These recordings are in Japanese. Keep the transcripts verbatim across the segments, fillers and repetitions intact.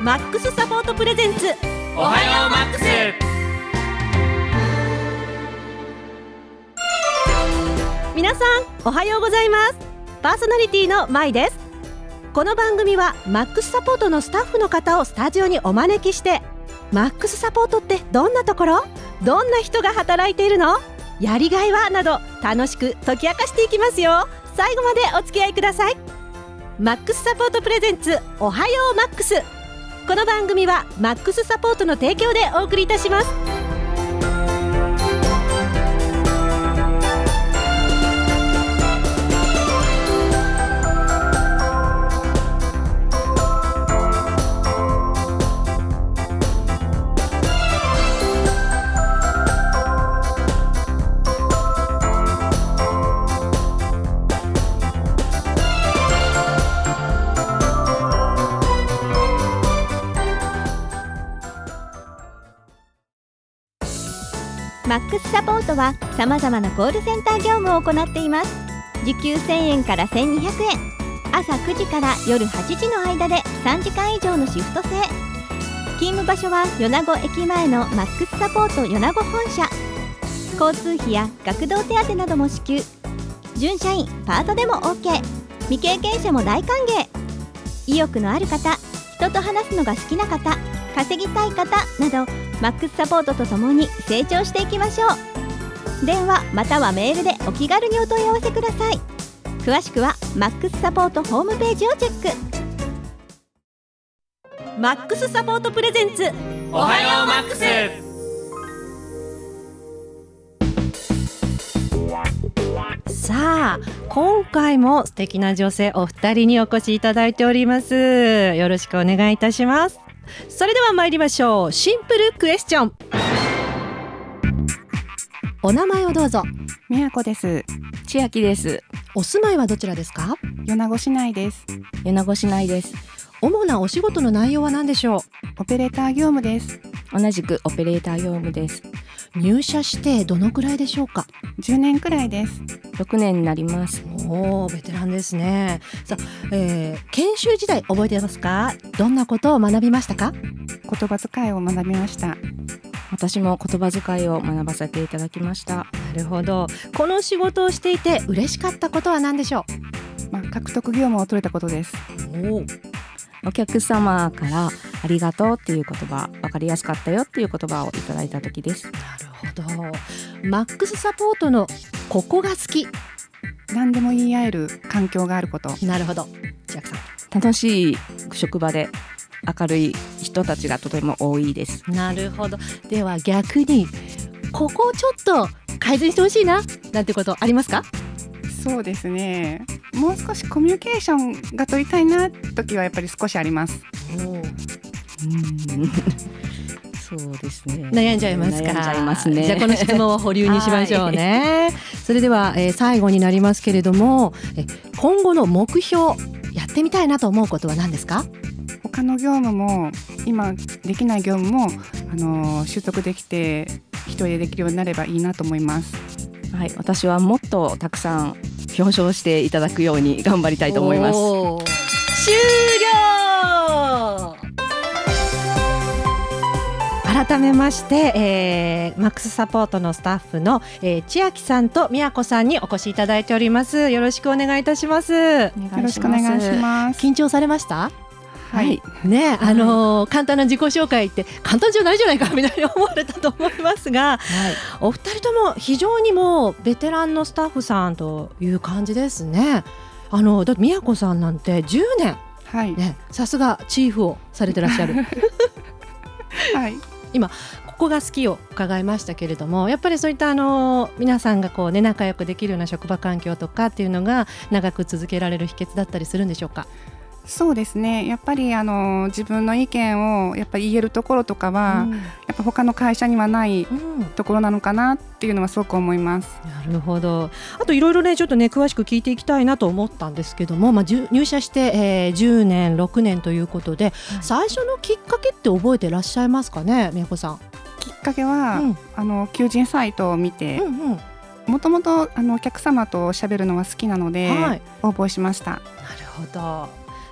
マックスサポートプレゼンツおはようマックス。 皆さんおはようございます。パーソナリティのまいです。この番組はマックスサポートのスタッフの方をスタジオにお招きして、マックスサポートってどんなところ、どんな人が働いているの、やりがいはなど楽しく解き明かしていきますよ。最後までお付き合いください。マックスサポートプレゼンツおはようマックス。この番組はマックスサポートの提供でお送りいたします。 マックスサポートはさまざまなコールセンター業務を行っています。時給せんえんからせんにひゃくえん、朝くじから夜はちじの間でさんじかん以上のシフト制。勤務場所は米子駅前のマックスサポート米子本社。交通費や学童手当なども支給。準社員パートでも OK、 未経験者も大歓迎。意欲のある方、人と話すのが好きな方、稼ぎたい方など、マックスサポートとともに成長していきましょう。電話またはメールでお気軽にお問い合わせください。詳しくはマックスサポートホームページをチェック。 マックスサポートプレゼンツおはようマックス。 さあ、今回も素敵な女性お二人にお越しいただいております。よろしくお願いいたします。それでは参りましょう。シンプルクエスチョン。お名前をどうぞ。 みやこです。 千秋です。 お住まいはどちらですか？ 米子市内です。 米子市内です。 主なお仕事の内容は何でしょう？ オペレーター業務です。 同じくオペレーター業務です。 入社してどのくらいでしょうか？ じゅうねんくらいです。 ろくねんになります。 おー、ベテランですね。さあ、えー、研修時代覚えてますか？どんなことを学びましたか？ 言葉遣いを学びました。 私も言葉遣いを学ばせていただきました。 なるほど。この仕事をしていて嬉しかったことは何でしょう？ まあ、獲得業務を取れたことです。 おお客様からありがとうっていう言葉、分かりやすかったよっていう言葉をいただいた時です。 なるほど。マックスサポートのここが好き。 何でも言い合える環境があること。 なるほど。千秋さん。 楽しい職場で明るい人たちがとても多いです。 なるほど。では逆にここをちょっと改善してほしいななんてことありますか？ そうですね、もう少しコミュニケーションが取りたいな時はやっぱり少しあります。 おうんそうですね、 悩んじゃいますか？ 悩んじゃいますね。 じゃあこの質問を保留にしましょうね。それでは、えー、最後になりますけれども、え今後の目標、やってみたいなと思うことは何ですか？ 他の業務も今できない業務も、あのー、習得できて一人でできるようになればいいなと思います。 はい、私はもっとたくさん表彰していただくように頑張りたいと思います。 終了。改めまして、えー、マックスサポートのスタッフの、えー、千秋さんと宮子さんにお越しいただいております。よろしくお願いいたします。よろしくお願いします。 緊張されました？ はい、 ね、あのー、簡単な自己紹介って簡単じゃないじゃないかみたいに思われたと思いますが、はい、お二人とも非常にもうベテランのスタッフさんという感じですね。あのだって宮子さんなんてじゅうねん、はいね、さすがチーフをされてらっしゃる、はい、今ここが好きを伺いましたけれども、やっぱりそういったあの皆さんがこう、ね、仲良くできるような職場環境とかっていうのが長く続けられる秘訣だったりするんでしょうか？ そうですね、やっぱりあの自分の意見をやっぱり言えるところとかは、うん、やっぱ他の会社にはないところなのかなっていうのはすごく思います。 なるほど。あといろいろねちょっとね詳しく聞いていきたいなと思ったんですけども、まあ、入社して、えー、じゅうねんろくねんということで、はい、最初のきっかけって覚えてらっしゃいますかね、宮子さん。 きっかけは、うん、あの求人サイトを見て、もともとお客様と喋るのは好きなので、はい、応募しました。 なるほど。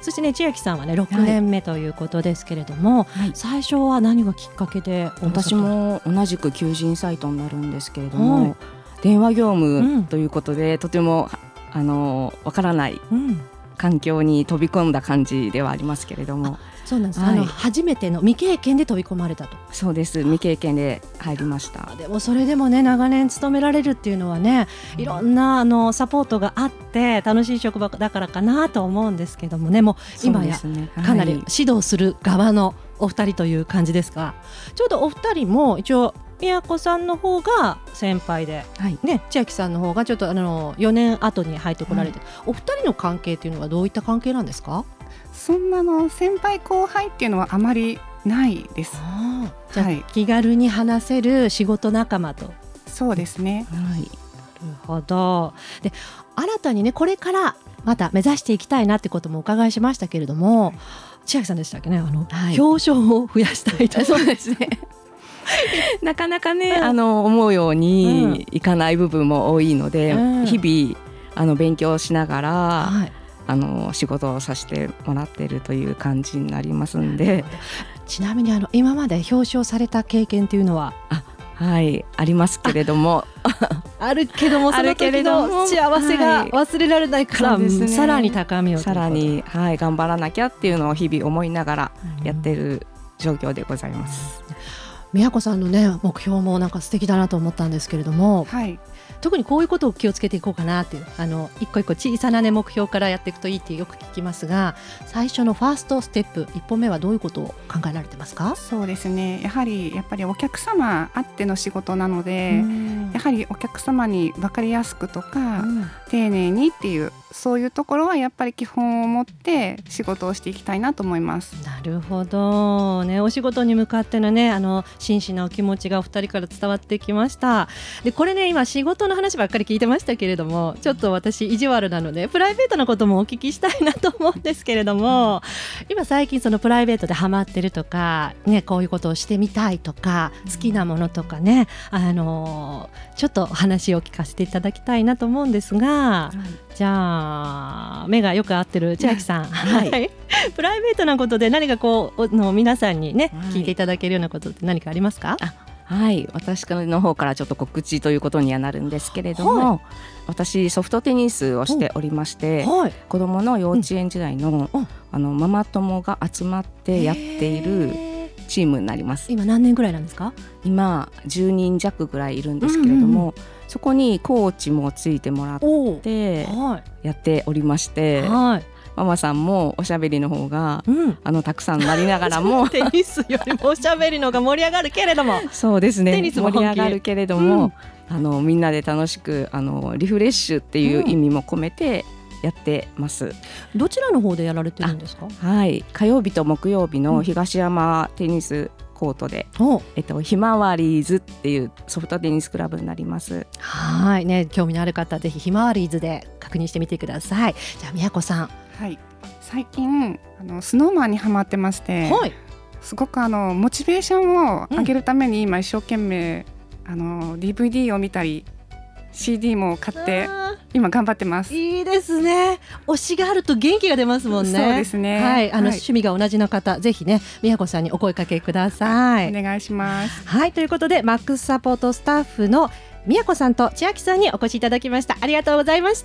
そしてね千秋さんはねろくねんめということですけれども、はい、最初は何がきっかけで？ 私も同じく求人サイトになるんですけれども、はい、電話業務ということで、うん、とてもあのわからない環境に飛び込んだ感じではありますけれども、 そうなんです、はい、あの初めての未経験で飛び込まれたと。 そうです、未経験で入りました。 でもそれでもね長年勤められるっていうのはね、いろんなあのサポートがあって楽しい職場だからかなと思うんですけどもね、もう今やかなり指導する側のお二人という感じですが、ちょうどお二人も一応宮子さんの方が先輩で、はいね、千秋さんの方がちょっとあのよねん後に入ってこられて、はい、お二人の関係というのはどういった関係なんですか？ そんなの先輩後輩っていうのはあまりないです。 あ、じゃあ、はい、気軽に話せる仕事仲間と。 そうですね、 はい、なるほど。で新たにねこれからまた目指していきたいなってこともお伺いしましたけれども、はい、千秋さんでしたっけね、あの、はい、表彰を増やしたいと。 そうですねなかなかね、うん、あの思うようにいかない部分も多いので、うん、日々あの勉強しながら、はい、あの仕事をさせてもらっているという感じになりますんで。 ちなみにあの今まで表彰された経験というのは？ あ、はい、ありますけれどもあるけどもその時の幸せが忘れられないから、はいね、さらに高みをさらに、はい、頑張らなきゃっていうのを日々思いながらやっている状況でございます。 うん、宮子さんのね目標もなんか素敵だなと思ったんですけれども、はい、特にこういうことを気をつけていこうかなっていう、あの一個一個小さな、ね、目標からやっていくといいってよく聞きますが、最初のファーストステップ一歩目はどういうことを考えられてますか？ そうですね、やはりやっぱりお客様あっての仕事なので、やはりお客様に分かりやすくとか、うん、丁寧にっていうそういうところはやっぱり基本を持って仕事をしていきたいなと思います。 なるほど、ね、お仕事に向かってのねあの真摯なお気持ちがお二人から伝わってきました。でこれね今仕事の話ばっかり聞いてましたけれども、ちょっと私意地悪なのでプライベートなこともお聞きしたいなと思うんですけれども、今最近そのプライベートでハマってるとか、ね、こういうことをしてみたいとか好きなものとかね、あのちょっと話を聞かせていただきたいなと思うんですが、じゃあ目がよく合ってる千秋さん、はいはい、プライベートなことで何かこうの皆さんにね、はい、聞いていただけるようなことって何かありますか？ あ、はい、私の方からちょっと告知ということにはなるんですけれども、はい、私ソフトテニスをしておりまして、はい、子どもの幼稚園時代 の,、うん、あのママ友が集まってやっているチームになります。 今何年ぐらいなんですか？ 今じゅうにん弱ぐらいいるんですけれども、うんうん、そこにコーチもついてもらってやっておりまして、はい、ママさんもおしゃべりの方が、うん、あのたくさんなりながらもテニスよりもおしゃべりのが盛り上がるけれどもそうですね、テニスも盛り上がるけれども、うん、あのみんなで楽しくあのリフレッシュっていう意味も込めてやってます。 うん、どちらの方でやられてるんですか？ はい、火曜日と木曜日の東山テニスコートで、うんえっと、ひまわりーずっていうソフトテニスクラブになります。 はい、ね、興味のある方ぜひひまわりーずで確認してみてください。じゃあ宮子さん、 はい、最近あのスノーマンにハマってまして、はい、すごくあのモチベーションを上げるために今一生懸命、うん、あの ディーブイディー を見たり シーディー も買って今頑張ってます。 いいですね、推しがあると元気が出ますもんね。 そうですね、 はい、あの、はい、趣味が同じの方ぜひね宮子さんにお声かけください。 お願いします。 はい、ということでマックスサポートスタッフの宮子さんと千秋さんにお越しいただきました。ありがとうございました。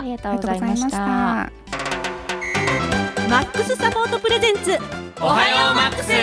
ありがとうございました。 マックスサポートプレゼンツおはようマックス。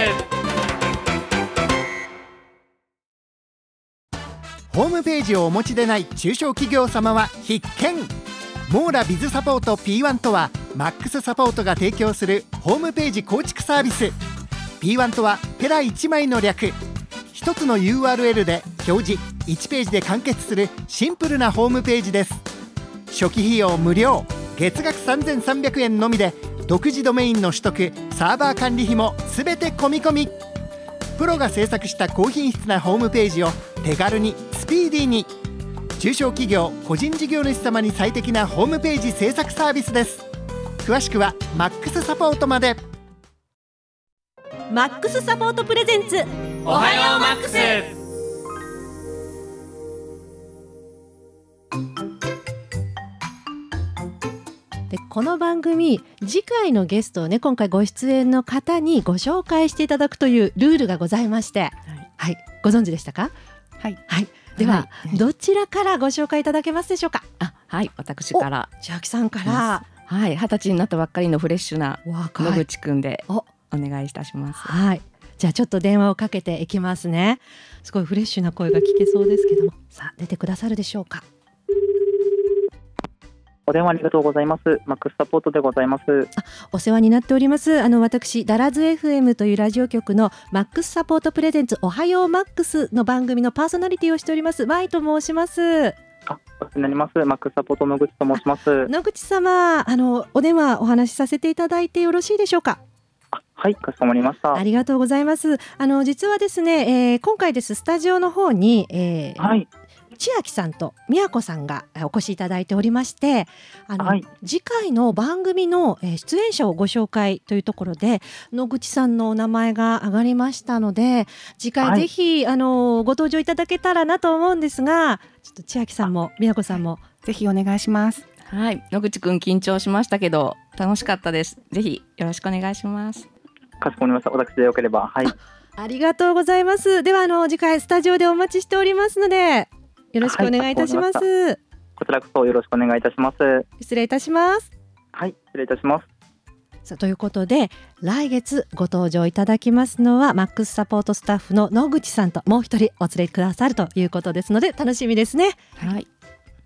ホームページをお持ちでない中小企業様は必見。モーラビズサポート ピーワン とはマックスサポートが提供するホームページ構築サービス。 ピーワン とはペラいちまいの略。一つの ユーアールエル で表示いちページで完結するシンプルなホームページです。初期費用無料、月額さんぜんさんびゃくえんのみで独自ドメインの取得、サーバー管理費もすべて込み込み。プロが制作した高品質なホームページを手軽にスピーディーに。中小企業・個人事業主様に最適なホームページ制作サービスです。詳しくはマックスサポートまで。 マックスサポートプレゼンツおはようマックス。 ででこの番組次回のゲストをね今回ご出演の方にご紹介していただくというルールがございまして、はい、はい、ご存知でしたか？ はい、 はい、では、はい、どちらからご紹介いただけますでしょうか？ あ、はい、私から千秋さんから、 はい、二十歳になったばっかりのフレッシュな野口くんでお願いいたします。 はい、じゃあちょっと電話をかけていきますね。すごいフレッシュな声が聞けそうですけども、さあ出てくださるでしょうか？ お電話ありがとうございます。マックスサポートでございます。 あ、お世話になっております。あの私ダラズ エフエム というラジオ局のマックスサポートプレゼンツおはようマックスの番組のパーソナリティをしておりますマイと申します。 あ、お世話になります。マックスサポート野口と申します。 野口様、あのお電話お話しさせていただいてよろしいでしょうか？ あ、はい、かしこまりました。 ありがとうございます。あの実はですね、えー、今回ですスタジオの方に、えーはい、千秋さんと宮子さんがお越しいただいておりまして、あの、はい、次回の番組の出演者をご紹介というところで野口さんのお名前が上がりましたので、次回ぜひ、はい、あのご登場いただけたらなと思うんですが、ちょっと千秋さんも宮子さんもぜひお願いします。 はい、野口くん緊張しましたけど楽しかったです。ぜひよろしくお願いします。 かしこまりました。私でよければ。はい、 あ、ありがとうございます。ではあの次回スタジオでお待ちしておりますのでよろしくお願いいたします。はい、 こちらこそよろしくお願いいたします。 失礼いたします。 はい、失礼いたします。 さあということで来月ご登場いただきますのはマックスサポートスタッフの野口さんともう一人お連れくださるということですので楽しみですね。 はい、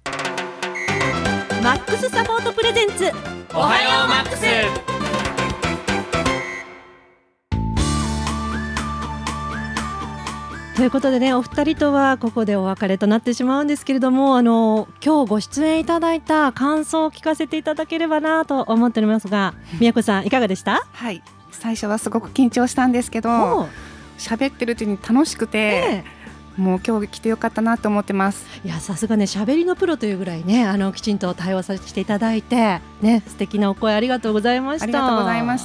マックスサポートプレゼンツおはようマックス。 ということでね、お二人とはここでお別れとなってしまうんですけれども、あの今日ご出演いただいた感想を聞かせていただければなと思っておりますが、宮子さんいかがでした？ はい、最初はすごく緊張したんですけど喋ってるうちに楽しくて、ええ、もう今日来てよかったなと思ってます。 いや、さすがね喋りのプロというぐらいね、あのきちんと対応させていただいてね、素敵なお声ありがとうございました。 ありがとうございました。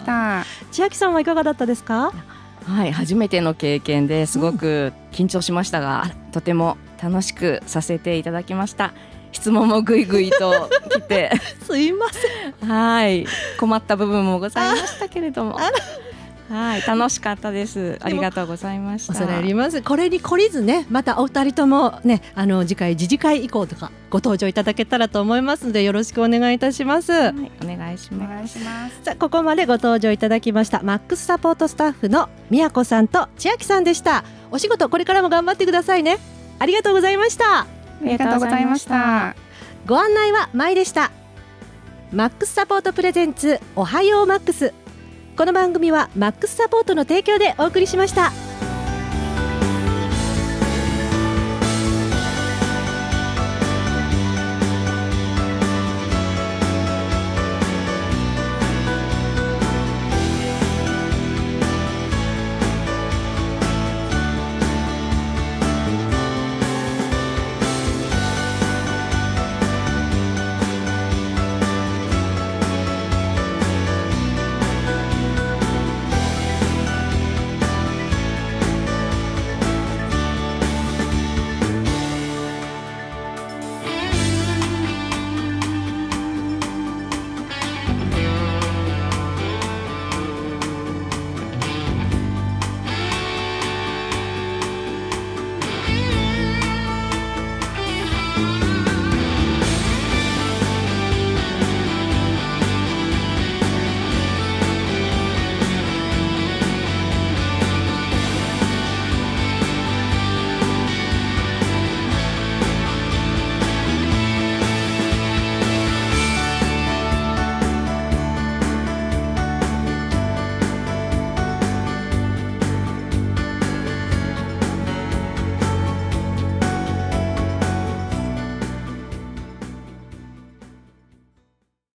千秋さんはいかがだったですか？ はい、初めての経験ですごく緊張しましたが、うん、とても楽しくさせていただきました。質問もぐいぐいと来てすいません、 はい、困った部分もございましたけれども、はい、楽しかったです。ありがとうございました。 恐れ入ります。これに懲りずね、またお二人ともね、あの次回次次回以降とかご登場いただけたらと思いますのでよろしくお願いいたします。はい、 お願いします。お願いします。 さあここまでご登場いただきましたマックスサポートスタッフの宮子さんと千秋さんでした。お仕事これからも頑張ってくださいね。ありがとうございました。 ありがとうございました。 ご案内はまいでした。マックスサポートプレゼンツおはようマックス。この番組はマックスサポートの提供でお送りしました。